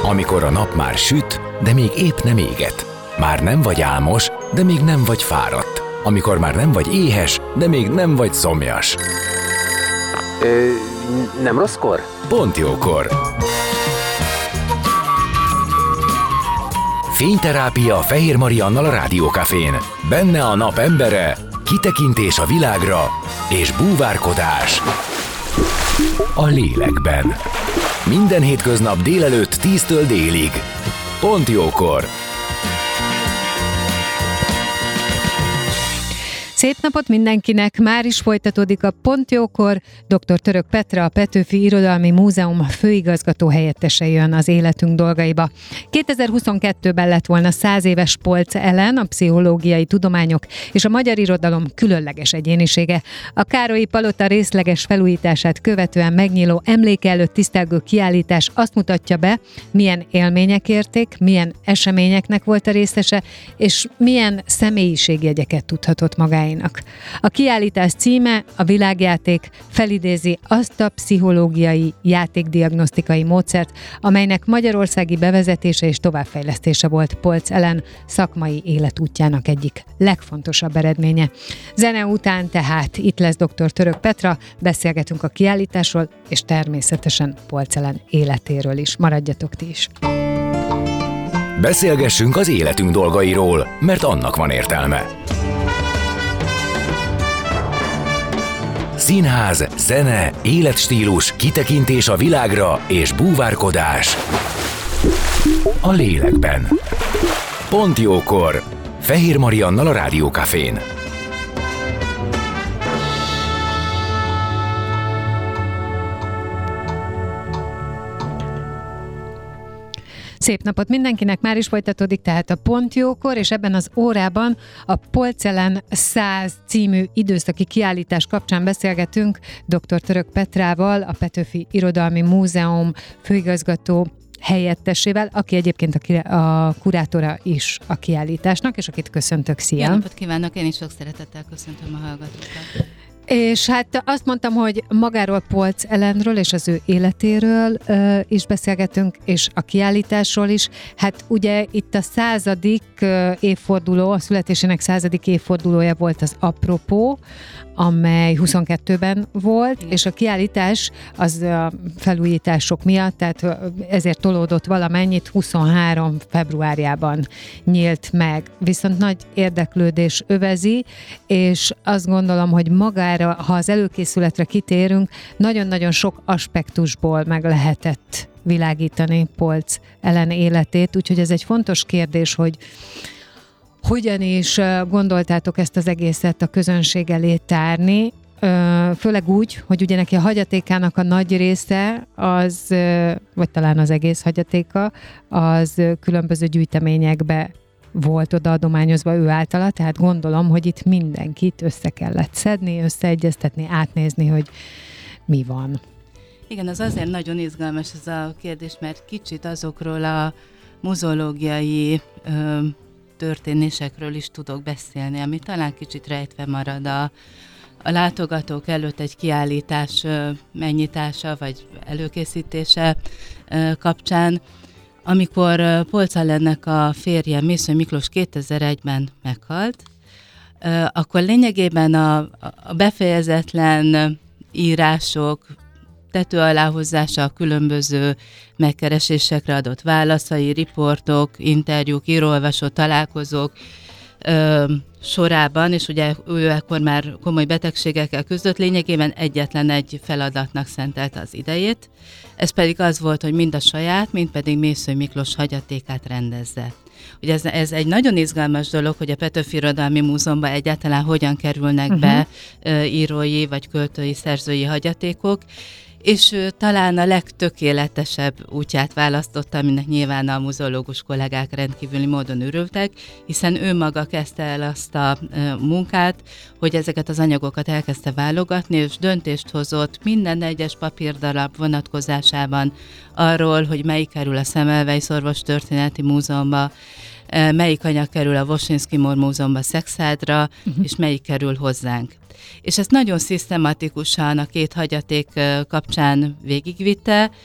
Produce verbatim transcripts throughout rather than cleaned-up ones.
Amikor a nap már süt, de még épp nem éget. Már nem vagy álmos, de még nem vagy fáradt. Amikor már nem vagy éhes, de még nem vagy szomjas. Ö, nem rosszkor? Pont jókor. Fényterápia Fehér Mariannal a Rádiókafén. Benne a nap embere, kitekintés a világra és búvárkodás a lélekben. Minden hétköznap délelőtt tíztől délig. Pont jókor. Szép napot mindenkinek! Már is folytatódik a Pont jókor. doktor Török Petra, a Petőfi Irodalmi Múzeum főigazgató helyettese jön az életünk dolgaiba. kétezer-huszonkettőben lett volna száz éves Polcz Ellen, a pszichológiai tudományok és a magyar irodalom különleges egyénisége. A Károlyi Palota részleges felújítását követően megnyíló emléke előtt tisztelgő kiállítás azt mutatja be, milyen élmények érték, milyen eseményeknek volt a részese, és milyen személyiségjegyeket tudhatott magáénak. A kiállítás címe, a világjáték, felidézi azt a pszichológiai játékdiagnosztikai módszert, amelynek magyarországi bevezetése és továbbfejlesztése volt Polcz Ellen szakmai életútjának egyik legfontosabb eredménye. Zene után tehát itt lesz doktor Török Petra, beszélgetünk a kiállításról, és természetesen Polcz Ellen életéről is. Maradjatok ti is! Beszélgessünk az életünk dolgairól, mert annak van értelme. Színház, zene, életstílus, kitekintés a világra és búvárkodás a lélekben. Pont jókor. Fehér Mariannal a Rádiókafén. Szép napot mindenkinek, már is folytatódik tehát a Pont jókor, és ebben az órában a Polcz Ellen száz című időszaki kiállítás kapcsán beszélgetünk doktor Török Petrával, a Petőfi Irodalmi Múzeum főigazgató helyettesével, aki egyébként a, ki- a kurátora is a kiállításnak, és akit köszöntök. Szia! Jó napot kívánok, én is sok szeretettel köszöntöm a hallgatókat. És hát azt mondtam, hogy magáról Polcz Ellenről és az ő életéről uh, is beszélgetünk, és a kiállításról is. Hát ugye itt a századik uh, évforduló, a születésének századik évfordulója volt az apropó, amely huszonkettőben volt, és a kiállítás az a felújítások miatt, tehát ezért tolódott valamennyit, huszonhárom februárjában nyílt meg. Viszont nagy érdeklődés övezi, és azt gondolom, hogy magára, ha az előkészületre kitérünk, nagyon-nagyon sok aspektusból meg lehetett világítani Polcz Ellen életét, úgyhogy ez egy fontos kérdés, hogy hogyan is gondoltátok ezt az egészet a közönség elé tárni, főleg úgy, hogy ugye neki a hagyatékának a nagy része, az, vagy talán az egész hagyatéka, az különböző gyűjteményekbe volt odaadómányozva ő általa, tehát gondolom, hogy itt mindenkit össze kellett szedni, összeegyeztetni, átnézni, hogy mi van. Igen, az azért nagyon izgalmas ez a kérdés, mert kicsit azokról a muzeológiai ö, történésekről is tudok beszélni, ami talán kicsit rejtve marad a, a látogatók előtt egy kiállítás ö, megnyitása vagy előkészítése ö, kapcsán. Amikor ö, Polcz Ellennek a férje, Mészöly Miklós kétezer-egyben meghalt, ö, akkor lényegében a, a befejezetlen írások, tető aláhúzása, a különböző megkeresésekre adott válaszai, riportok, interjúk, író-olvasó találkozók ö, sorában, és ugye ő ekkor már komoly betegségekkel küzdött, lényegében egyetlen egy feladatnak szentelte az idejét. Ez pedig az volt, hogy mind a saját, mind pedig Mészöly Miklós hagyatékát rendezze. Ugye ez, ez egy nagyon izgalmas dolog, hogy a Petőfi Irodalmi Múzeumban egyáltalán hogyan kerülnek uh-huh. be ö, írói vagy költői, szerzői hagyatékok, és ő talán a legtökéletesebb útját választotta, aminek nyilván a muzeológus kollégák rendkívüli módon örültek, hiszen ő maga kezdte el azt a munkát, hogy ezeket az anyagokat elkezdte válogatni, és döntést hozott minden egyes papírdarab vonatkozásában arról, hogy melyik kerül a Semmelweis Orvostörténeti Múzeumba, melyik anyag kerül a Woszyński Mor Múzeumba Szekszádra, uh-huh. és melyik kerül hozzánk. És ezt nagyon szisztematikusan a két hagyaték kapcsán végigvitte,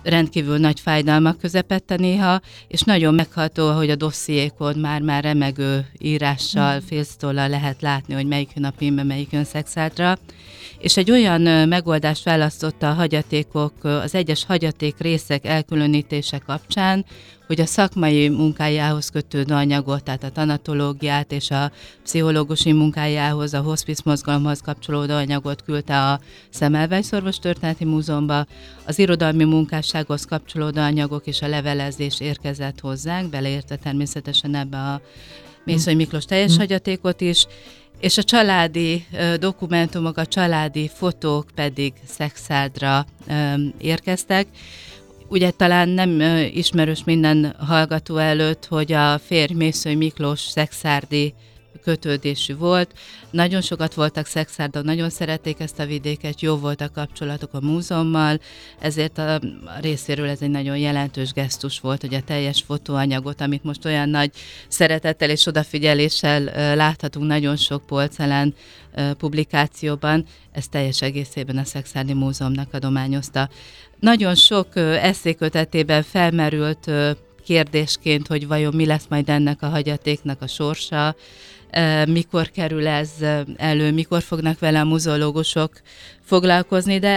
rendkívül nagy fájdalmak közepette néha, és nagyon megható, hogy a dossziékon már-már remegő írással, mm. félsztollal lehet látni, hogy melyik jön a pínbe, melyik jön szexádra. És egy olyan megoldást választotta a hagyatékok, az egyes hagyaték részek elkülönítése kapcsán, hogy a szakmai munkájához kötődő anyagot, tehát a tanatológiát és a pszichológusi munkájához, a hospice mozgalomhoz kapcsolódó anyagot küldte a Semmelweis Orvostörténeti Múzeumba, az irodalmi munkássághoz kapcsolódó anyagok és a levelezés érkezett hozzánk, beleértve természetesen ebbe a Mészöly Miklós teljes hagyatékot is, és a családi ö, dokumentumok, a családi fotók pedig Szexádra ö, érkeztek. Ugye talán nem ö, ismerős minden hallgató előtt, hogy a férj Mészöly Miklós szexárdi kötődésű volt. Nagyon sokat voltak Szexárdon, nagyon szerették ezt a vidéket, jó volt a kapcsolatuk a múzeummal, ezért a, a részéről ez egy nagyon jelentős gesztus volt, hogy a teljes fotóanyagot, amit most olyan nagy szeretettel és odafigyeléssel uh, láthatunk nagyon sok polcelen uh, publikációban, ezt teljes egészében a Szexárdi Múzeumnak adományozta. Nagyon sok uh, eszékötetében felmerült uh, kérdésként, hogy vajon mi lesz majd ennek a hagyatéknak a sorsa, mikor kerül ez elő, mikor fognak vele a muzeológusok foglalkozni, de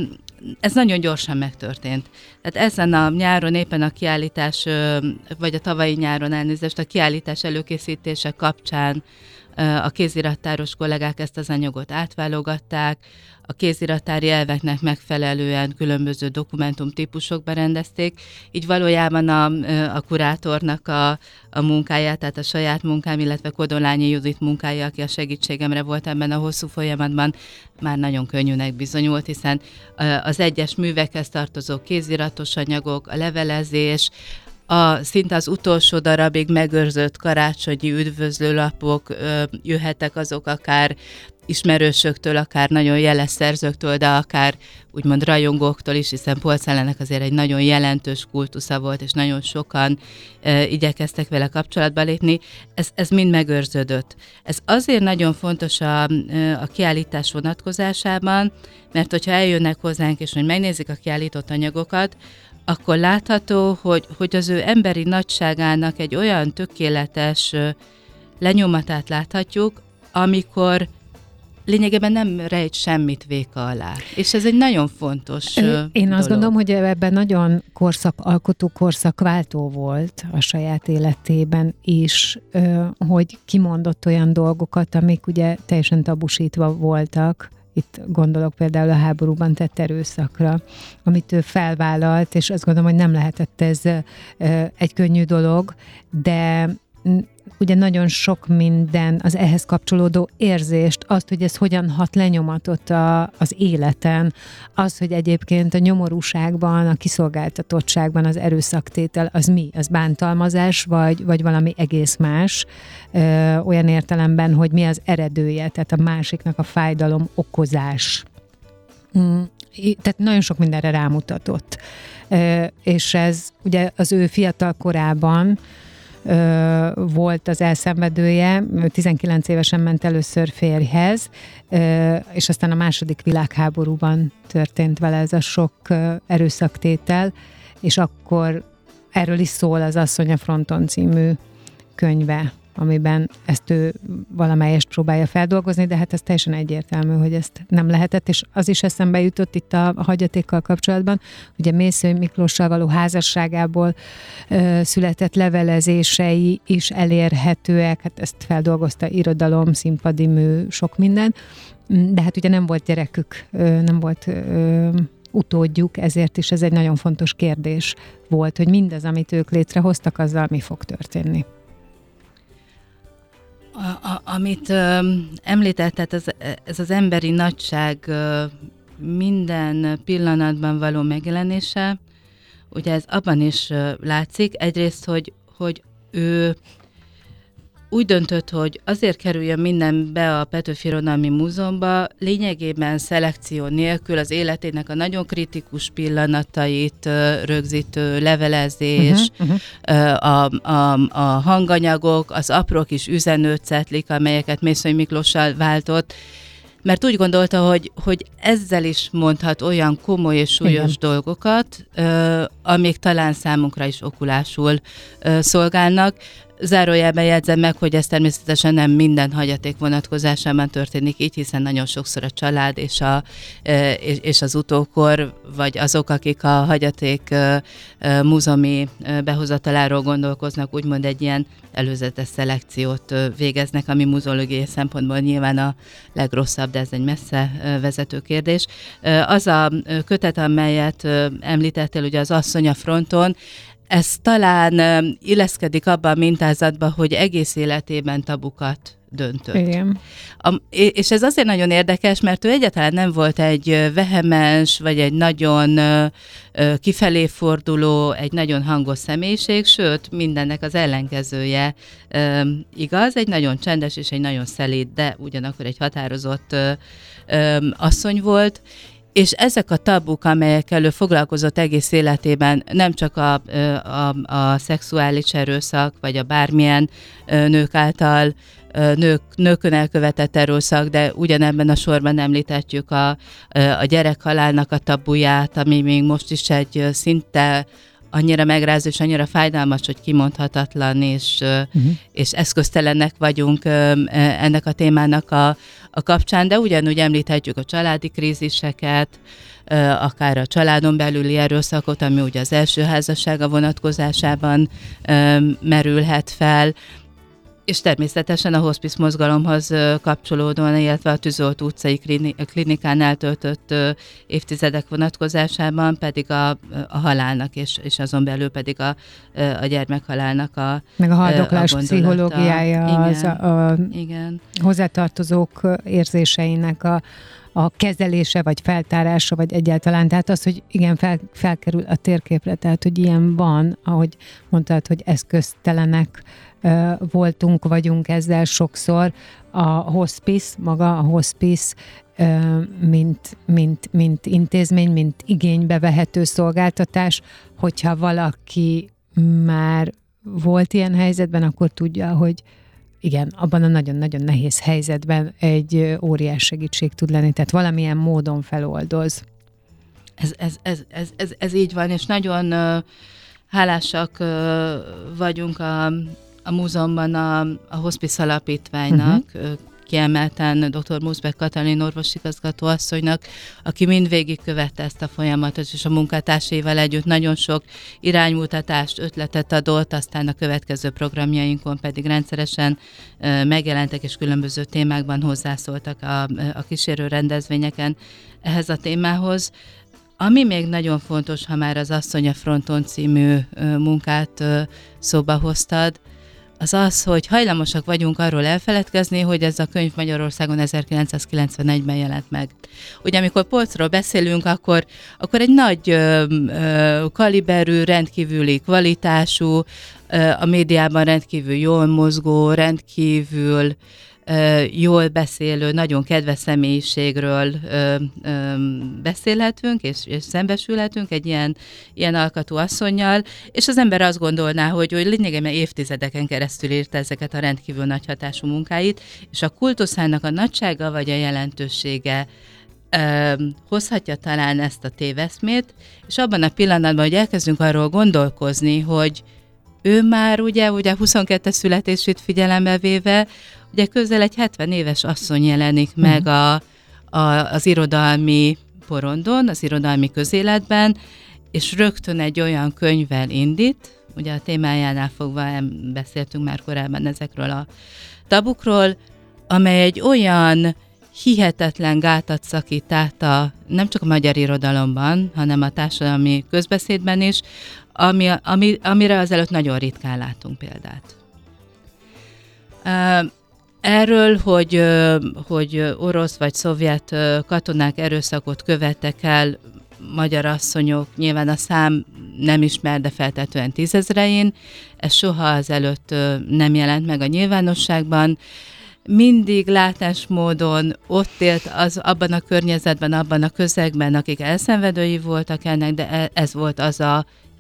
ez nagyon gyorsan megtörtént. Tehát ezen a nyáron éppen a kiállítás, vagy a tavalyi nyáron elnézést, a kiállítás előkészítése kapcsán a kézirattáros kollégák ezt az anyagot átválogatták, a kézirattári elveknek megfelelően különböző dokumentumtípusokba rendezték, így valójában a, a kurátornak a, a munkáját, tehát a saját munkám, illetve Kodolányi Judit munkája, aki a segítségemre volt ebben a hosszú folyamatban, már nagyon könnyűnek bizonyult, hiszen az egyes művekhez tartozó kéziratos anyagok, a levelezés, a, szinte az utolsó darabig megőrzött karácsonyi üdvözlőlapok, jöhettek azok akár ismerősöktől, akár nagyon jeles szerzőktől, de akár úgymond rajongóktól is, hiszen Polcellennek azért egy nagyon jelentős kultusza volt, és nagyon sokan e, igyekeztek vele kapcsolatba lépni. Ez, ez mind megőrződött. Ez azért nagyon fontos a, a kiállítás vonatkozásában, mert hogyha eljönnek hozzánk, és hogy megnézik a kiállított anyagokat, akkor látható, hogy, hogy az ő emberi nagyságának egy olyan tökéletes lenyomatát láthatjuk, amikor lényegében nem rejt semmit véka alá. És ez egy nagyon fontos Én dolog. azt gondolom, hogy ebben nagyon korszakalkotó, korszakváltó volt a saját életében is, hogy kimondott olyan dolgokat, amik ugye teljesen tabusítva voltak. Itt gondolok például a háborúban tett erőszakra, amit ő felvállalt, és azt gondolom, hogy nem lehetett ez egy könnyű dolog, de ugye nagyon sok minden, az ehhez kapcsolódó érzést, azt, hogy ez hogyan hat lenyomatot a, az életen, az, hogy egyébként a nyomorúságban, a kiszolgáltatottságban az erőszaktétel, az mi? Az bántalmazás, vagy, vagy valami egész más, ö, olyan értelemben, hogy mi az eredője, tehát a másiknak a fájdalom okozás. Mm, tehát nagyon sok mindenre rámutatott. Ö, és ez ugye az ő fiatal korában volt az elszenvedője, tizenkilenc évesen ment először férjhez, és aztán a második világháborúban történt vele ez a sok erőszaktétel, és akkor erről is szól az Asszony a fronton című könyve, amiben ezt ő valamelyest próbálja feldolgozni, de hát ez teljesen egyértelmű, hogy ezt nem lehetett, és az is eszembe jutott itt a, a hagyatékkal kapcsolatban, ugye Mészöly Miklóssal való házasságából ö, született levelezései is elérhetőek, hát ezt feldolgozta irodalom, színpadi mű, sok minden, de hát ugye nem volt gyerekük, ö, nem volt ö, utódjuk, ezért is ez egy nagyon fontos kérdés volt, hogy mindez, amit ők létrehoztak, azzal mi fog történni. A, a, amit ö, említett, tehát ez, ez az emberi nagyság ö, minden pillanatban való megjelenése, ugye ez abban is ö, látszik, egyrészt, hogy, hogy ő úgy döntött, hogy azért kerüljön minden be a Petőfi Irodalmi Múzeumba, lényegében szelekció nélkül az életének a nagyon kritikus pillanatait rögzítő levelezés, uh-huh, uh-huh. A, a, a hanganyagok, az apró kis üzenőcetlik, amelyeket Mészöly Miklóssal váltott. mert úgy gondolta, hogy, hogy ezzel is mondhat olyan komoly és súlyos Igen. dolgokat, ö, amik talán számunkra is okulásul ö, szolgálnak. Zárójelben jegyzem meg, hogy ez természetesen nem minden hagyaték vonatkozásában történik így, hiszen nagyon sokszor a család és, a, és, és az utókor, vagy azok, akik a hagyaték múzeumi behozataláról gondolkoznak, úgymond egy ilyen előzetes szelekciót végeznek, ami muzeológiai szempontból nyilván a legrosszabb, de ez egy messze vezető kérdés. Az a kötet, amelyet említettél, ugye az Asszony a fronton, ez talán illeszkedik abba a mintázatba, hogy egész életében tabukat döntött. Igen. A, és ez azért nagyon érdekes, mert ő egyáltalán nem volt egy vehemens, vagy egy nagyon kifelé forduló, egy nagyon hangos személyiség, sőt, mindennek az ellenkezője igaz, egy nagyon csendes és egy nagyon szelíd, de ugyanakkor egy határozott asszony volt, és ezek a tabuk, amelyekkel ő foglalkozott egész életében, nem csak a, a, a szexuális erőszak, vagy a bármilyen nők által nők, nőkön elkövetett erőszak, de ugyanebben a sorban említettük a, a gyerekhalálnak a tabuját, ami még most is egy szinte annyira megrázó és annyira fájdalmas, hogy kimondhatatlan, és, uh-huh. és eszköztelenek vagyunk ennek a témának a, a kapcsán, de ugyanúgy említhetjük a családi kríziseket, akár a családon belüli erőszakot, ami ugye az első házassága vonatkozásában merülhet fel, és természetesen a hospice mozgalomhoz kapcsolódóan, illetve a Tűzolt utcai klinikán eltöltött évtizedek vonatkozásában pedig a, a halálnak, és, és azon belül pedig a, a gyermekhalálnak a meg a haldoklás pszichológiája, igen, az a, a igen. hozzátartozók érzéseinek a a kezelése, vagy feltárása, vagy egyáltalán, tehát az, hogy igen, fel, felkerül a térképre, tehát, hogy ilyen van, ahogy mondtad, hogy eszköztelenek uh, voltunk, vagyunk ezzel sokszor. A hospice, maga a hospice, uh, mint, mint, mint intézmény, mint igénybe vehető szolgáltatás, hogyha valaki már volt ilyen helyzetben, akkor tudja, hogy igen, abban a nagyon-nagyon nehéz helyzetben egy óriás segítség tud lenni, tehát valamilyen módon feloldoz. Ez, ez, ez, ez, ez, ez így van, és nagyon uh, hálásak uh, vagyunk a, a múzeumban a, a Hospice Alapítványnak, uh-huh. kiemelten dr. Muszbek Katalin orvosigazgató asszonynak, aki mindvégig követte ezt a folyamatot, és a munkatársaival együtt nagyon sok iránymutatást, ötletet adott, aztán a következő programjainkon pedig rendszeresen uh, megjelentek, és különböző témákban hozzászóltak a, a kísérő rendezvényeken ehhez a témához. Ami még nagyon fontos, ha már az Asszony a fronton című uh, munkát uh, szóba hoztad, az az, hogy hajlamosak vagyunk arról elfeledkezni, hogy ez a könyv Magyarországon ezerkilencszázkilencvenegyben jelent meg. Ugye amikor polcról beszélünk, akkor, akkor egy nagy ö, ö, kaliberű, rendkívüli kvalitású, ö, a médiában rendkívül jól mozgó, rendkívül ö, jól beszélő, nagyon kedves személyiségről ö, ö, beszélhetünk, és, és szembesülhetünk egy ilyen, ilyen alkatú asszonnyal, és az ember azt gondolná, hogy, hogy lényegében évtizedeken keresztül írta ezeket a rendkívül nagy hatású munkáit, és a kultuszának a nagysága vagy a jelentősége ö, hozhatja talán ezt a téveszmét, és abban a pillanatban, hogy elkezdünk arról gondolkozni, hogy ő már ugye, ugye huszonkettes születését figyelembe véve, ugye közel egy hetven éves asszony jelenik uh-huh. meg a, a, az irodalmi porondon, az irodalmi közéletben, és rögtön egy olyan könyvvel indít, ugye a témájánál fogva beszéltünk már korábban ezekről a tabukról, amely egy olyan hihetetlen gátat szakít át a, nem csak a magyar irodalomban, hanem a társadalmi közbeszédben is, ami, ami, amire azelőtt nagyon ritkán látunk példát. Erről, hogy, hogy orosz vagy szovjet katonák erőszakot követtek el magyar asszonyok, nyilván a szám nem ismer, de feltetően tízezrein, ez soha azelőtt nem jelent meg a nyilvánosságban. Mindig látásmódon ott élt az, abban a környezetben, abban a közegben, akik elszenvedői voltak ennek, de ez volt az a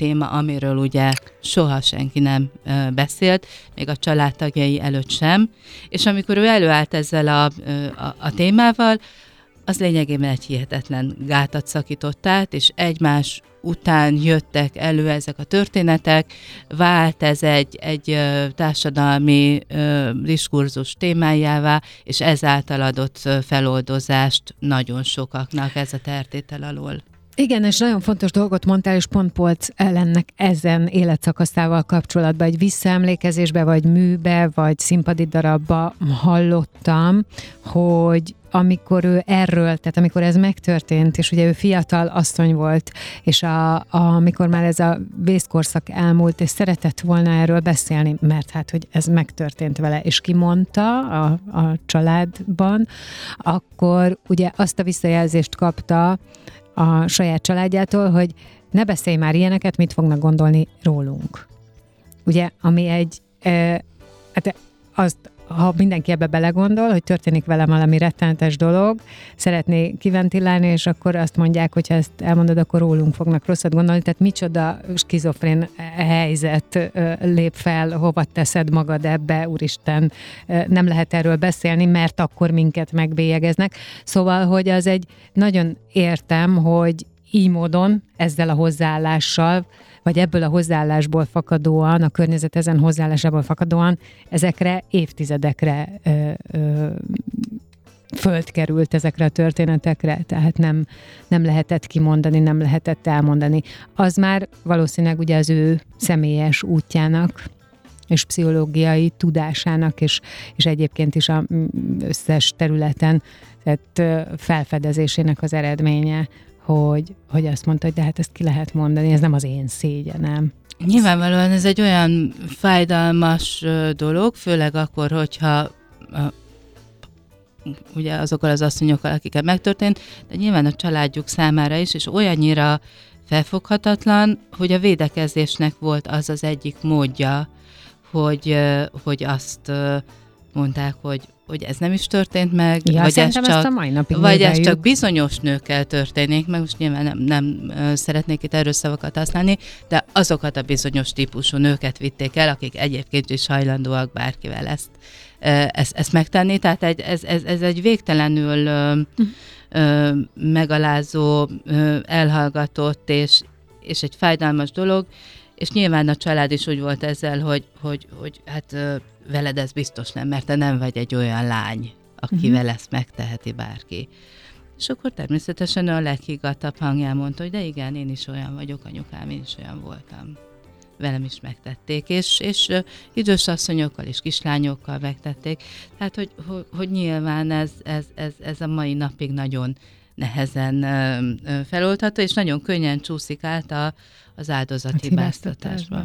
téma, amiről ugye soha senki nem beszélt, még a családtagjai előtt sem, és amikor ő előállt ezzel a, a, a témával, az lényegében egy hihetetlen gátat szakított át, és egymás után jöttek elő ezek a történetek, vált ez egy, egy társadalmi diskurzus témájává, és ezáltal adott feloldozást nagyon sokaknak ez a tertétel alól. Igen, és nagyon fontos dolgot mondtál, és pont Polcz Ellennek ezen életszakaszával kapcsolatban, egy visszaemlékezésbe, vagy műbe, vagy színpadi darabba hallottam, hogy amikor ő erről, tehát amikor ez megtörtént, és ugye ő fiatal asszony volt, és a, a, amikor már ez a vészkorszak elmúlt, és szeretett volna erről beszélni, mert hát, hogy ez megtörtént vele, és kimondta a, a családban, akkor ugye azt a visszajelzést kapta a saját családjától, hogy ne beszélj már ilyeneket, mit fognak gondolni rólunk. Ugye, ami egy, e, hát azt, ha mindenki ebbe belegondol, hogy történik velem valami rettenetes dolog, szeretné kiventilálni, és akkor azt mondják, hogy ha ezt elmondod, akkor rólunk fognak rosszat gondolni, tehát micsoda skizofrén helyzet lép fel, hova teszed magad ebbe, úristen, nem lehet erről beszélni, mert akkor minket megbélyegeznek. Szóval, hogy az egy, nagyon értem, hogy így módon, ezzel a hozzáállással, vagy ebből a hozzáállásból fakadóan, a környezet ezen hozzáállásából fakadóan, ezekre évtizedekre ö, ö, föld került, ezekre a történetekre, tehát nem, nem lehetett kimondani, nem lehetett elmondani. Az már valószínűleg ugye az ő személyes útjának, és pszichológiai tudásának, és, és egyébként is az összes területen tehát felfedezésének az eredménye, hogy, hogy azt mondta, hogy de hát ezt ki lehet mondani, ez nem az én szégyenem. Nyilvánvalóan ez egy olyan fájdalmas dolog, főleg akkor, hogyha ugye azokkal az asszonyokkal, akiket megtörtént, de nyilván a családjuk számára is, és olyannyira felfoghatatlan, hogy a védekezésnek volt az az egyik módja, hogy, hogy azt mondták, hogy, hogy ez nem is történt meg, ja, vagy, ez csak, a mai napig vagy ez csak bizonyos nőkkel történik, meg most nyilván nem, nem szeretnék itt erős szavakat használni, de azokat a bizonyos típusú nőket vitték el, akik egyébként is hajlandóak bárkivel ezt, ezt, ezt megtenni, tehát egy, ez, ez, ez egy végtelenül ö, ö, megalázó, ö, elhallgatott és, és egy fájdalmas dolog, és nyilván a család is úgy volt ezzel, hogy, hogy, hogy hát veled ez biztos nem, mert te nem vagy egy olyan lány, akivel uh-huh. ezt megteheti bárki. És akkor természetesen a leghiggadtabb hangján mondta, hogy de igen, én is olyan vagyok, anyukám, én is olyan voltam. Velem is megtették, és, és idős asszonyokkal és kislányokkal megtették. Tehát, hogy, hogy, hogy nyilván ez, ez, ez, ez a mai napig nagyon nehezen feloldható, és nagyon könnyen csúszik át a, az áldozathibáztatásba.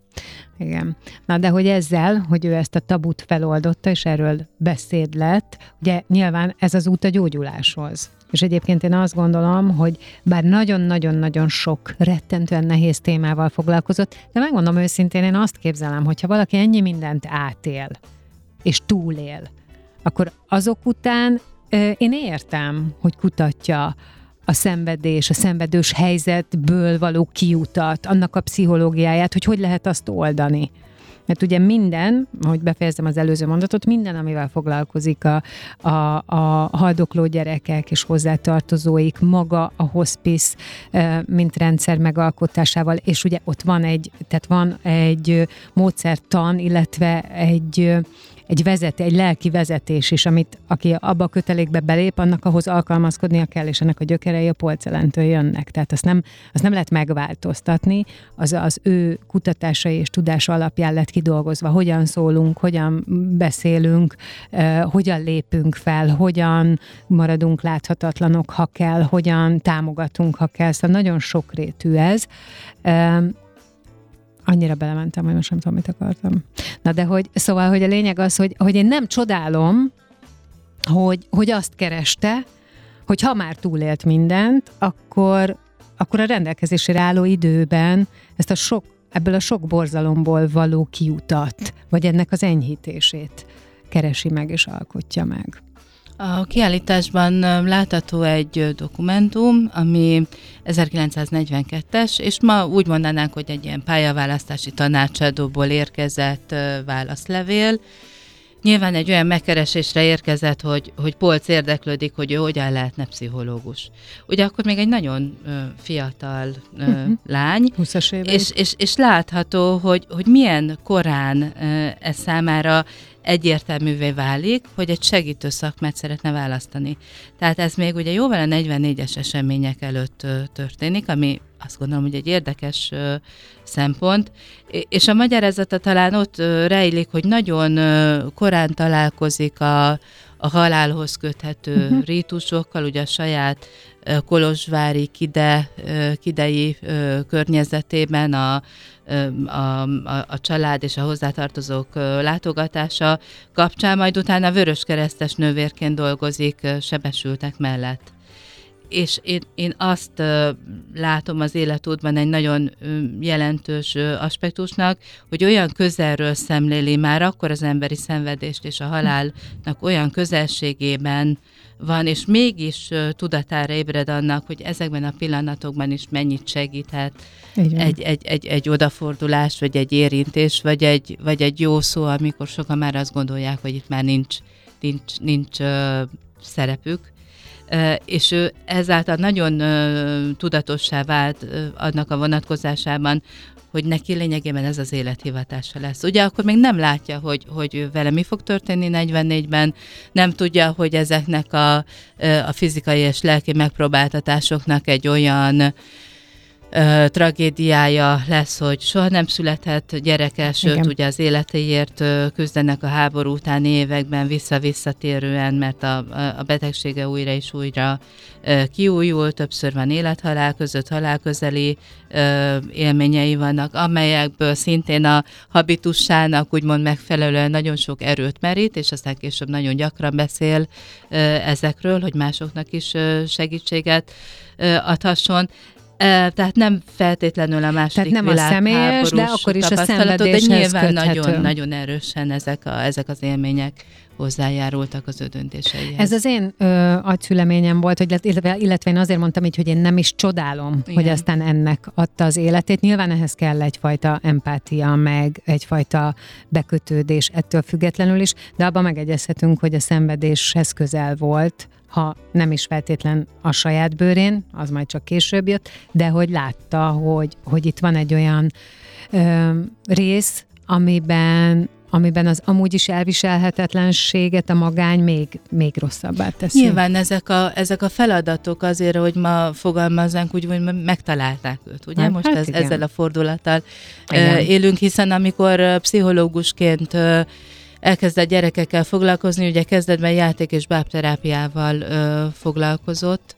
Igen. Na, de hogy ezzel, hogy ő ezt a tabut feloldotta, és erről beszéd lett, ugye nyilván ez az út a gyógyuláshoz. És egyébként én azt gondolom, hogy bár nagyon-nagyon-nagyon sok rettentően nehéz témával foglalkozott, de megmondom őszintén, én azt képzelem, hogyha valaki ennyi mindent átél, és túlél, akkor azok után én értem, hogy kutatja a szenvedés, a szenvedős helyzetből való kiutat, annak a pszichológiáját, hogy hogy lehet azt oldani. Mert ugye minden, ahogy befejeztem az előző mondatot, minden, amivel foglalkozik a, a, a haldokló gyerekek és hozzátartozóik, maga a hospice, mint rendszer megalkotásával, és ugye ott van egy, tehát van egy módszertan, illetve egy egy vezeté, egy lelki vezetés is, amit aki abba a kötelékbe belép, annak ahhoz alkalmazkodnia kell, és ennek a gyökerei a Polcz Ellentől jönnek. Tehát azt nem, azt nem lehet megváltoztatni, az, az ő kutatásai és tudása alapján lett kidolgozva, hogyan szólunk, hogyan beszélünk, uh, hogyan lépünk fel, hogyan maradunk láthatatlanok, ha kell, hogyan támogatunk, ha kell. Szóval nagyon sokrétű ez. Uh, Annyira belementem, hogy most nem tudom, mit akartam. Na de hogy, szóval, hogy a lényeg az, hogy, hogy én nem csodálom, hogy, hogy azt kereste, hogy ha már túlélt mindent, akkor, akkor a rendelkezésére álló időben ezt a sok, ebből a sok borzalomból való kiutat, vagy ennek az enyhítését keresi meg és alkotja meg. A kiállításban látható egy dokumentum, ami ezerkilencszáznegyvenkettes, és ma úgy mondanánk, hogy egy ilyen pályaválasztási tanácsadóból érkezett válaszlevél. Nyilván egy olyan megkeresésre érkezett, hogy, hogy Polc érdeklődik, hogy ő hogyan lehetne pszichológus. Ugye akkor még egy nagyon ö, fiatal ö, uh-huh. lány, húszas évek. És, és, és látható, hogy, hogy milyen korán ö, ez számára egyértelművé válik, hogy egy segítő szakmát szeretne választani. Tehát ez még ugye jóval a negyvennégyes események előtt ö, történik, ami azt gondolom, hogy egy érdekes ö, szempont, és a magyarázata talán ott ö, rejlik, hogy nagyon ö, korán találkozik a, a halálhoz köthető uh-huh. rítusokkal, ugye a saját ö, kolozsvári, kide, ö, kidei ö, környezetében a, ö, a, a, a család és a hozzátartozók ö, látogatása kapcsán, majd utána vöröskeresztes nővérként dolgozik ö, sebesültek mellett. És én, én azt uh, látom az életútban egy nagyon uh, jelentős uh, aspektusnak, hogy olyan közelről szemléli már akkor az emberi szenvedést és a halálnak olyan közelségében van, és mégis uh, tudatára ébred annak, hogy ezekben a pillanatokban is mennyit segíthet egy, egy, egy, egy odafordulás, vagy egy érintés, vagy egy, vagy egy jó szó, amikor sokan már azt gondolják, hogy itt már nincs, nincs, nincs uh, szerepük. Uh, és ő ezáltal nagyon uh, tudatossá vált uh, annak a vonatkozásában, hogy neki lényegében ez az élethivatása lesz. Ugye akkor még nem látja, hogy, hogy vele mi fog történni negyvennégyben, nem tudja, hogy ezeknek a, a fizikai és lelki megpróbáltatásoknak egy olyan Uh, tragédiája lesz, hogy soha nem születhet gyereke, sőt, igen. ugye az életéért uh, küzdenek a háború utáni években vissza-visszatérően, mert a, a betegsége újra és újra uh, kiújul, többször van élethalál között, halálközeli uh, élményei vannak, amelyekből szintén a habitussának úgymond megfelelően nagyon sok erőt merít, és aztán később nagyon gyakran beszél uh, ezekről, hogy másoknak is uh, segítséget uh, adhasson. Tehát nem feltétlenül a második nem világháborús a személyes, de akkor is a szenvedéshez de nyilván köthető. nagyon, nagyon erősen ezek, a, ezek az élmények hozzájárultak az ő döntéseihez. Ez az én ö, agyszüleményem volt, hogy illetve, illetve én azért mondtam így, hogy én nem is csodálom, igen. hogy aztán ennek adta az életét. Nyilván ehhez kell egyfajta empátia, meg egyfajta bekötődés ettől függetlenül is, de abban megegyezhetünk, hogy a szenvedéshez közel volt, ha nem is feltétlen a saját bőrén, az majd csak később jött, de hogy látta, hogy, hogy itt van egy olyan ö, rész, amiben, amiben az amúgy is elviselhetetlenséget, a magány még, még rosszabbá teszi. Nyilván ezek a, ezek a feladatok azért, hogy ma fogalmazzánk úgy, hogy megtalálták őt, ugye? Hát, Most hát ez, ezzel a fordulattal igen. élünk, hiszen amikor pszichológusként elkezdett gyerekekkel foglalkozni, ugye kezdetben játék- és bábterápiával ö, foglalkozott,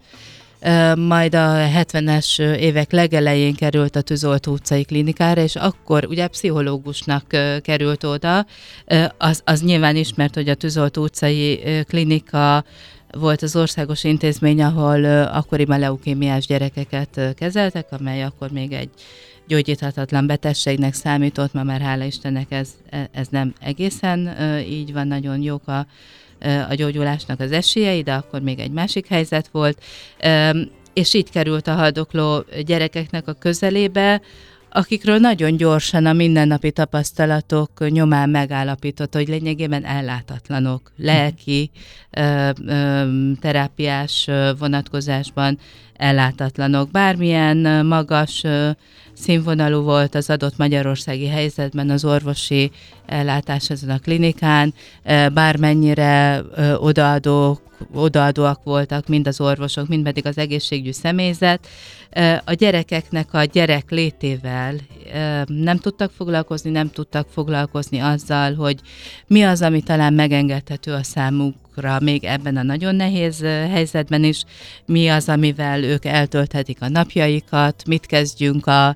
ö, majd a hetvenes évek legelején került a Tűzoltó utcai klinikára, és akkor ugye pszichológusnak ö, került oda. Ö, az, az nyilván ismert, hogy a Tűzoltó utcai ö, klinika volt az országos intézmény, ahol ö, akkoriban leukémiás gyerekeket ö, kezeltek, amely akkor még egy gyógyíthatatlan betegségnek számított, ma már hála Istennek ez, ez nem egészen uh, így van, nagyon jók a, uh, a gyógyulásnak az esélyei, de akkor még egy másik helyzet volt, um, és így került a haldokló gyerekeknek a közelébe, akikről nagyon gyorsan a mindennapi tapasztalatok nyomán megállapított, hogy lényegében ellátatlanok, lelki, ö, ö, terápiás vonatkozásban ellátatlanok. Bármilyen magas ö, színvonalú volt az adott magyarországi helyzetben az orvosi ellátás ezen a klinikán, ö, bármennyire ö, odaadók, odaadóak voltak mind az orvosok, mind pedig az egészségügyi személyzet. A gyerekeknek a gyerek létével nem tudtak foglalkozni, nem tudtak foglalkozni azzal, hogy mi az, ami talán megengedhető a számukra még ebben a nagyon nehéz helyzetben is, mi az, amivel ők eltölthetik a napjaikat, mit kezdjünk a,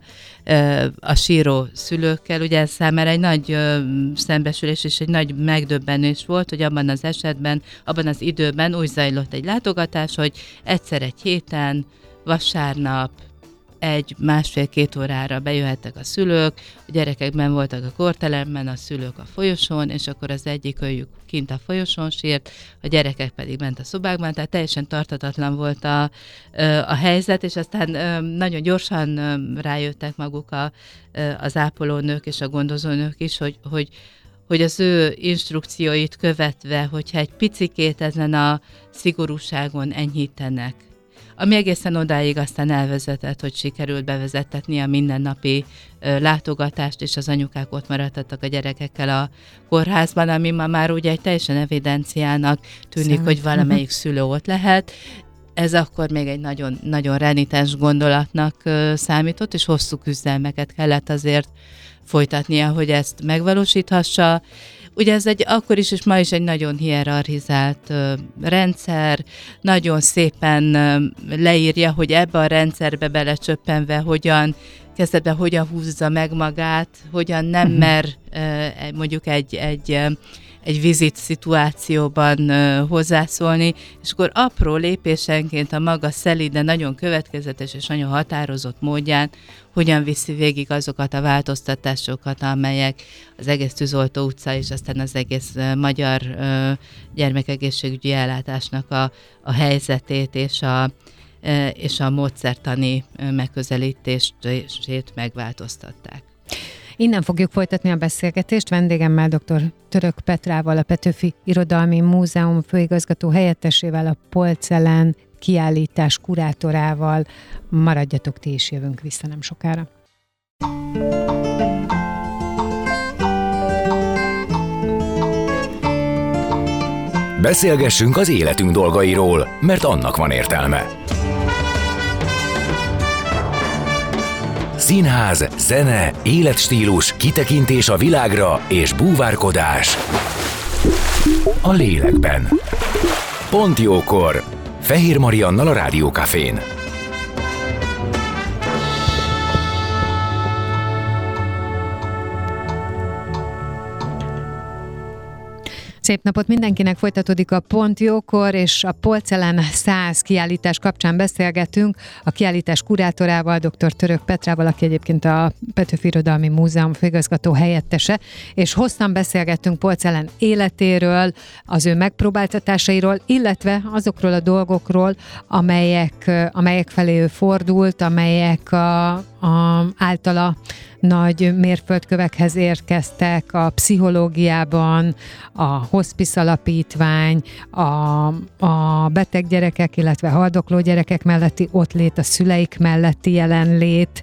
a síró szülőkkel. Ugye ez számára egy nagy szembesülés és egy nagy megdöbbenés volt, hogy abban az esetben, abban az időben úgy zajlott egy látogatás, hogy egyszer egy héten, vasárnap, egy, másfél-két órára bejöhettek a szülők, a gyerekekben voltak a korteremben, a szülők a folyosón, és akkor az egyik őjük kint a folyosón sírt, a gyerekek pedig bent a szobákban, tehát teljesen tarthatatlan volt a, a helyzet, és aztán nagyon gyorsan rájöttek maguk a, az ápolónők és a gondozónők is, hogy, hogy hogy az ő instrukcióit követve, hogyha egy picikét ezen a szigorúságon enyhítenek, ami egészen odáig aztán elvezetett, hogy sikerült bevezettetni a mindennapi ö, látogatást, és az anyukák ott maradtak a gyerekekkel a kórházban, ami ma már ugye egy teljesen evidenciának tűnik, Szem. hogy valamelyik szülő ott lehet. Ez akkor még egy nagyon, nagyon renitens gondolatnak ö, számított, és hosszú küzdelmeket kellett azért folytatnia, hogy ezt megvalósíthassa. Ugye ez egy akkor is, és ma is egy nagyon hierarchizált ö, rendszer, nagyon szépen ö, leírja, hogy ebbe a rendszerbe belecsöppenve hogyan, kezdetben hogyan húzza meg magát, hogyan nem uh-huh. mer ö, mondjuk egy, egy, egy vizit szituációban ö, hozzászólni, és akkor apró lépésenként a maga szelíd, de nagyon következetes és nagyon határozott módján hogyan viszi végig azokat a változtatásokat, amelyek az egész Tűzoltó utca és aztán az egész uh, magyar uh, gyermekegészségügyi ellátásnak a, a helyzetét és a, uh, és a módszertani uh, megközelítését megváltoztatták. Innen fogjuk folytatni a beszélgetést. Vendégemmel dr. Török Petrával, a Petőfi Irodalmi Múzeum főigazgató helyettesével, a Polcelen kiállítás kurátorával. Maradjatok ti is, jövünk vissza nem sokára. Beszélgessünk az életünk dolgairól, mert annak van értelme. Színház, zene, életstílus, kitekintés a világra és búvárkodás a lélekben. Pont jókor! Fehér Mariannal a Rádió Cafén. Szép napot mindenkinek, folytatódik a Pont Jókor, és a Polcelen száz kiállítás kapcsán beszélgetünk a kiállítás kurátorával, dr. Török Petrával, aki egyébként a Petőfi Irodalmi Múzeum főigazgató helyettese, és hosszan beszélgettünk Polcelen életéről, az ő megpróbáltatásairól, illetve azokról a dolgokról, amelyek, amelyek felé ő fordult, amelyek a, a általa nagy mérföldkövekhez érkeztek a pszichológiában, a hospice alapítvány, a, a beteg gyerekek, illetve haldokló gyerekek melletti ottlét, a szüleik melletti jelenlét.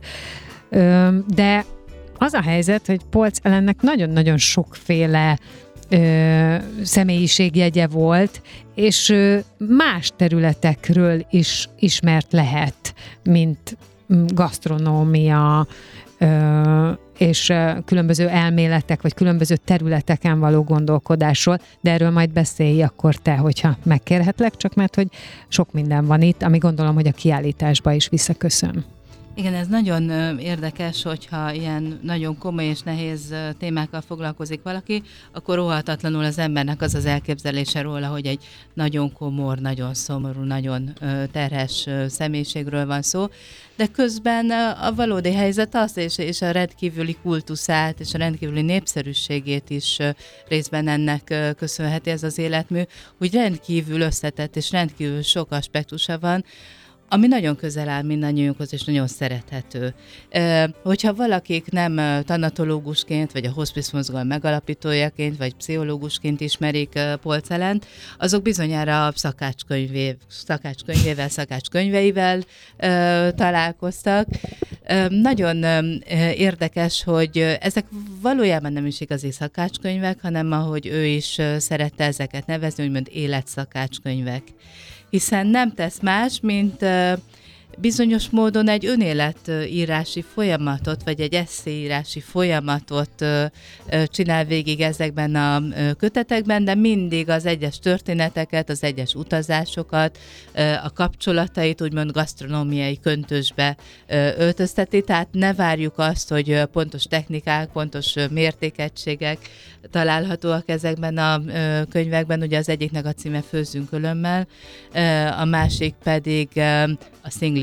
De az a helyzet, hogy Polcelennek nagyon-nagyon sokféle ö, személyiségjegye volt, és ö, más területekről is ismert lehet, mint gasztronómia, Ö, és ö, különböző elméletek, vagy különböző területeken való gondolkodásról, de erről majd beszélj akkor te, hogyha megkérhetlek, csak mert, hogy sok minden van itt, ami gondolom, hogy a kiállításba is visszaköszön. Igen, ez nagyon érdekes, hogyha ilyen nagyon komoly és nehéz témákkal foglalkozik valaki, akkor óhatatlanul az embernek az az elképzelése róla, hogy egy nagyon komor, nagyon szomorú, nagyon terhes személyiségről van szó, de közben a valódi helyzet az, és, és a rendkívüli kultuszát, és a rendkívüli népszerűségét is részben ennek köszönheti ez az életmű, hogy rendkívül összetett és rendkívül sok aspektusa van, ami nagyon közel áll mindannyiunkhoz, és nagyon szerethető. Hogyha valakik nem tanatológusként, vagy a hospice mozgalom megalapítójaként, vagy pszichológusként ismerik Polcelent, azok bizonyára szakácskönyvé, szakácskönyvével, szakácskönyveivel találkoztak. Nagyon érdekes, hogy ezek valójában nem is igazi szakácskönyvek, hanem ahogy ő is szerette ezeket nevezni, úgymond életszakácskönyvek. Hiszen nem tesz más, mint uh, bizonyos módon egy önéletírási folyamatot, vagy egy esszéírási folyamatot uh, uh, csinál végig ezekben a uh, kötetekben, de mindig az egyes történeteket, az egyes utazásokat, uh, a kapcsolatait úgymond gasztronómiai köntösbe uh, öltözteti, tehát ne várjuk azt, hogy uh, pontos technikák, pontos uh, mértékegységek találhatóak ezekben a uh, könyvekben. Ugye az egyiknek a címe Főzzünk ölömmel, uh, a másik pedig uh, a Szingli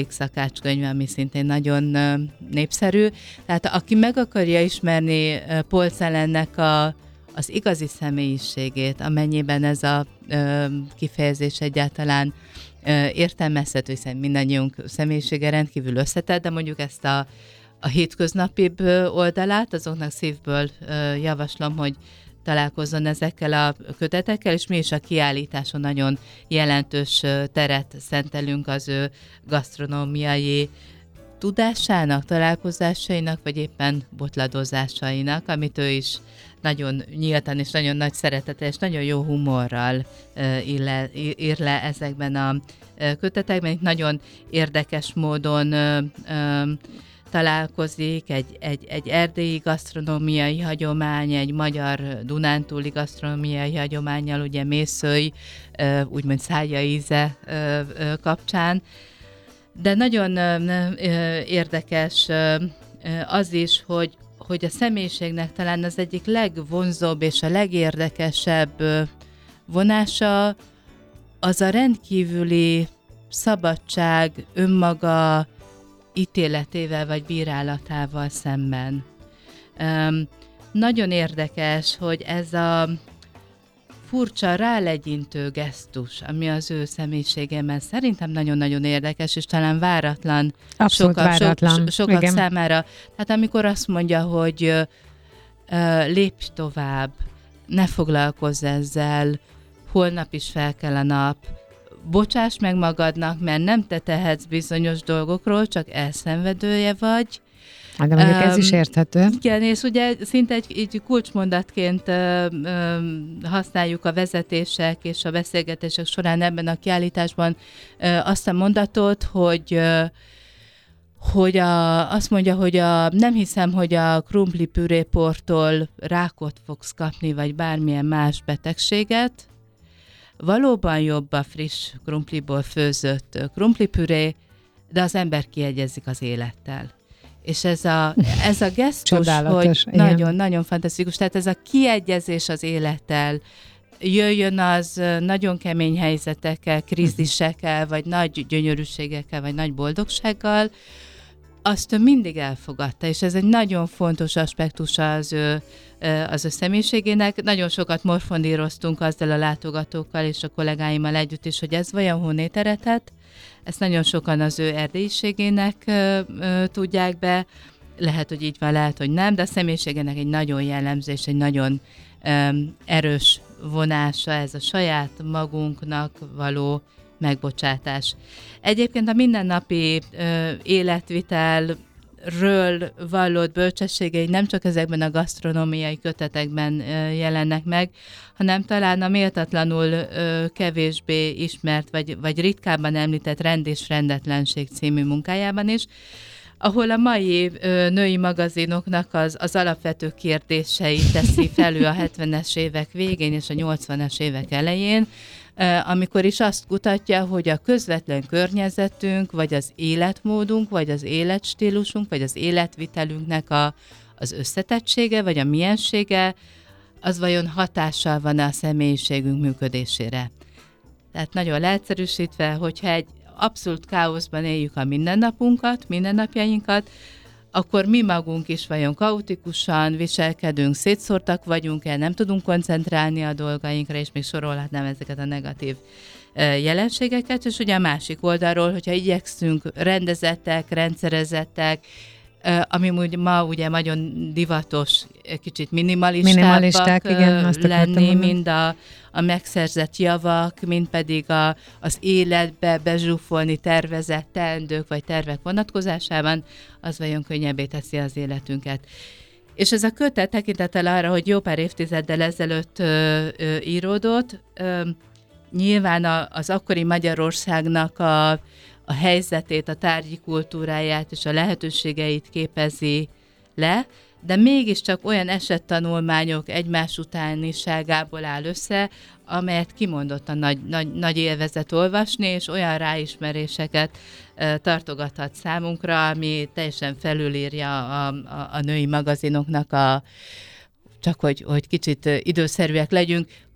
Félix szakácskönyve, ami szintén nagyon népszerű. Tehát aki meg akarja ismerni Paul Celennek a, az igazi személyiségét, amennyiben ez a ö, kifejezés egyáltalán ö, értelmezhető, hiszen mindannyiunk személyisége rendkívül összetett, de mondjuk ezt a, a hétköznapibb oldalát, azoknak szívből ö, javaslom, hogy találkozzon ezekkel a kötetekkel, és mi is a kiállításon nagyon jelentős teret szentelünk az ő gasztronómiai tudásának, találkozásainak, vagy éppen botladozásainak, amit ő is nagyon nyíltan és nagyon nagy szeretettel és nagyon jó humorral ír le, ír le ezekben a kötetekben. Itt nagyon érdekes módon találkozik egy, egy, egy erdélyi gasztronómiai hagyomány, egy magyar dunántúli gasztronómiai hagyománnyal, ugye Mészöly, úgymond szája íze kapcsán. De nagyon érdekes az is, hogy, hogy a személyiségnek talán az egyik legvonzóbb és a legérdekesebb vonása az a rendkívüli szabadság önmaga ítéletével vagy bírálatával szemben. Um, nagyon érdekes, hogy ez a furcsa, rálegyintő gesztus, ami az ő személyiségében szerintem nagyon-nagyon érdekes, és talán váratlan. Abszolút soka, váratlan. So, sokak Igen. számára. Tehát amikor azt mondja, hogy uh, lépj tovább, ne foglalkozz ezzel, holnap is fel kell a nap, bocsáss meg magadnak, mert nem te tehetsz bizonyos dolgokról, csak elszenvedője vagy. De mondjuk um, ez is érthető. Igen, és ugye szinte egy, egy kulcsmondatként ö, ö, használjuk a vezetések és a beszélgetések során ebben a kiállításban ö, azt a mondatot, hogy ö, hogy a, azt mondja, hogy a, nem hiszem, hogy a krumplipüréporttól rákot fogsz kapni, vagy bármilyen más betegséget. Valóban jobb a friss krumpliból főzött krumplipüré, de az ember kiegyezik az élettel. És ez a, ez a gesztus, hogy nagyon-nagyon fantasztikus, tehát ez a kiegyezés az élettel, jöjjön az nagyon kemény helyzetekkel, krízisekkel, vagy nagy gyönyörűségekkel, vagy nagy boldogsággal, azt ő mindig elfogadta, és ez egy nagyon fontos aspektusa az ő, az ő személyiségének. Nagyon sokat morfondíroztunk azzal a látogatókkal és a kollégáimmal együtt is, hogy ez vajon honnét eredhet. Ezt nagyon sokan az ő erdélyiségének ö, ö, tudják be. Lehet, hogy így van, lehet, hogy nem, de a személyiségének egy nagyon jellemző és egy nagyon ö, erős vonása ez a saját magunknak való megbocsátás. Egyébként a mindennapi ö, életvitelről vallott bölcsességei nem csak ezekben a gasztronómiai kötetekben ö, jelennek meg, hanem talán a méltatlanul ö, kevésbé ismert, vagy, vagy ritkábban említett Rend és rendetlenség című munkájában is, ahol a mai ö, női magazinoknak az, az alapvető kérdéseit teszi felül a hetvenes évek végén és a nyolcvanas évek elején, amikor is azt kutatja, hogy a közvetlen környezetünk, vagy az életmódunk, vagy az életstílusunk, vagy az életvitelünknek a, az összetettsége, vagy a miensége, az vajon hatással van a személyiségünk működésére. Tehát nagyon leegyszerűsítve, hogyha egy abszolút káoszban éljük a mindennapunkat, mindennapjainkat, akkor mi magunk is vajon kaotikusan viselkedünk, szétszórtak vagyunk-e, nem tudunk koncentrálni a dolgainkra, és még sorolhatnám ezeket a negatív jelenségeket, és ugye a másik oldalról, hogyha igyekszünk rendezettek, rendszerezettek, ami úgy ma ugye nagyon divatos, kicsit minimalistábbak igen, lenni, mind a, a megszerzett javak, mind pedig a, az életbe bezsúfolni tervezett teendők vagy tervek vonatkozásában, az vajon könnyebbé teszi az életünket. És ez a kötet tekintettel arra, hogy jó pár évtizeddel ezelőtt ö, ö, íródott, ö, nyilván a, az akkori Magyarországnak a a helyzetét, a tárgyi kultúráját és a lehetőségeit képezi le, de mégiscsak olyan esettanulmányok egymás utániságából áll össze, amelyet kimondottan nagy, nagy, nagy élvezet olvasni, és olyan ráismeréseket e, tartogathat számunkra, ami teljesen felülírja a, a, a női magazinoknak a, csak hogy, hogy kicsit időszerűek legyünk,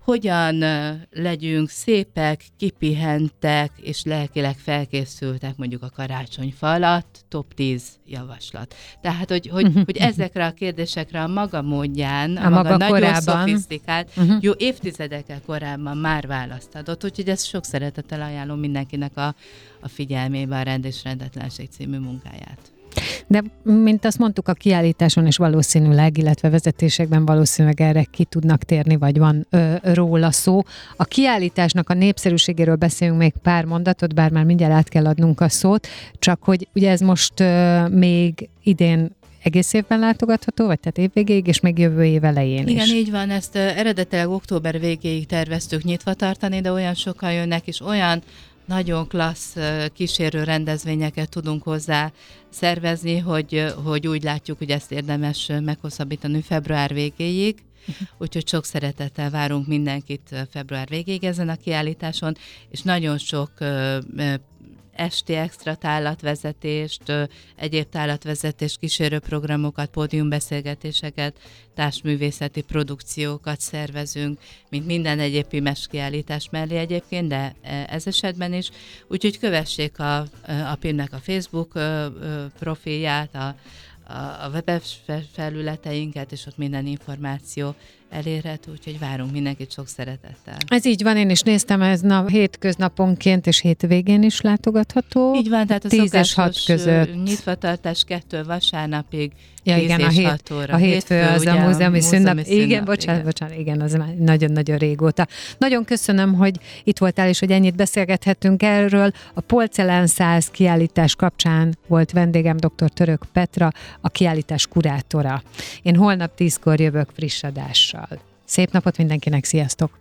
hogyan legyünk szépek, kipihentek és lelkileg felkészültek mondjuk a karácsonyfa alatt, top tíz javaslat. Tehát, hogy, hogy, hogy ezekre a kérdésekre a maga módján, a, a maga, maga nagyon korábban. szofisztikált, uh-huh. jó évtizedekkel korábban már választ adott, úgyhogy ezt sok szeretettel ajánlom mindenkinek a, a figyelmébe a Rend és Rendetlenség című munkáját. De, mint azt mondtuk, a kiállításon is valószínűleg, illetve vezetésekben valószínűleg erre ki tudnak térni, vagy van ö, róla szó. A kiállításnak a népszerűségéről beszélünk még pár mondatot, bár már mindjárt át kell adnunk a szót, csak hogy ugye ez most ö, még idén egész évben látogatható, vagy tehát évvégéig, és még jövő év elején Igen, is. így van, ezt eredetileg október végéig terveztük nyitva tartani, de olyan sokan jönnek, és olyan nagyon klassz kísérő rendezvényeket tudunk hozzá szervezni, hogy, hogy úgy látjuk, hogy ezt érdemes meghosszabbítani február végéig. Uh-huh. Úgyhogy sok szeretettel várunk mindenkit február végéig ezen a kiállításon, és nagyon sok esti extra tárlatvezetést, egyéb tárlatvezetést, kísérőprogramokat, pódiumbeszélgetéseket, társművészeti produkciókat szervezünk, mint minden egyéb pimes kiállítás mellé egyébként, de ez esetben is. Úgyhogy kövessék a, a pimnek a Facebook profilját, a, a webes felületeinket, és ott minden információ elérhető, úgyhogy várunk mindenkit sok szeretettel. Ez így van, én is néztem, ez nap, hétköznaponként és hétvégén is látogatható. Így van, tehát a tíz és hat között. Nyitvatartás kettő vasárnapig, ja, tíz igen, és a hét, hat óra. A hétfő, hétfő az ugye, a múzeumi szünnap. szünnap. Igen, szünnap, bocsánat, igen. bocsánat, bocsánat, igen, az már nagyon-nagyon régóta. Nagyon köszönöm, hogy itt voltál, és hogy ennyit beszélgethettünk erről. A Porcelánszáz kiállítás kapcsán volt vendégem dr. Török Petra, a kiállítás kurátora. Én holnap tízkor jövök friss adással. Szép napot mindenkinek, sziasztok!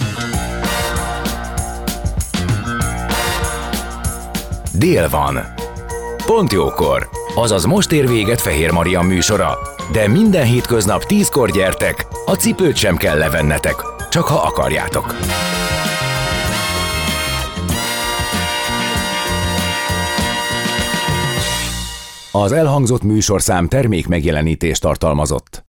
Dél van. Pont jókor. Azaz most ér véget Fehér Marian műsora. De minden hétköznap tízkor gyertek, a cipőt sem kell levennetek, csak ha akarjátok. Az elhangzott műsorszám termék megjelenítést tartalmazott.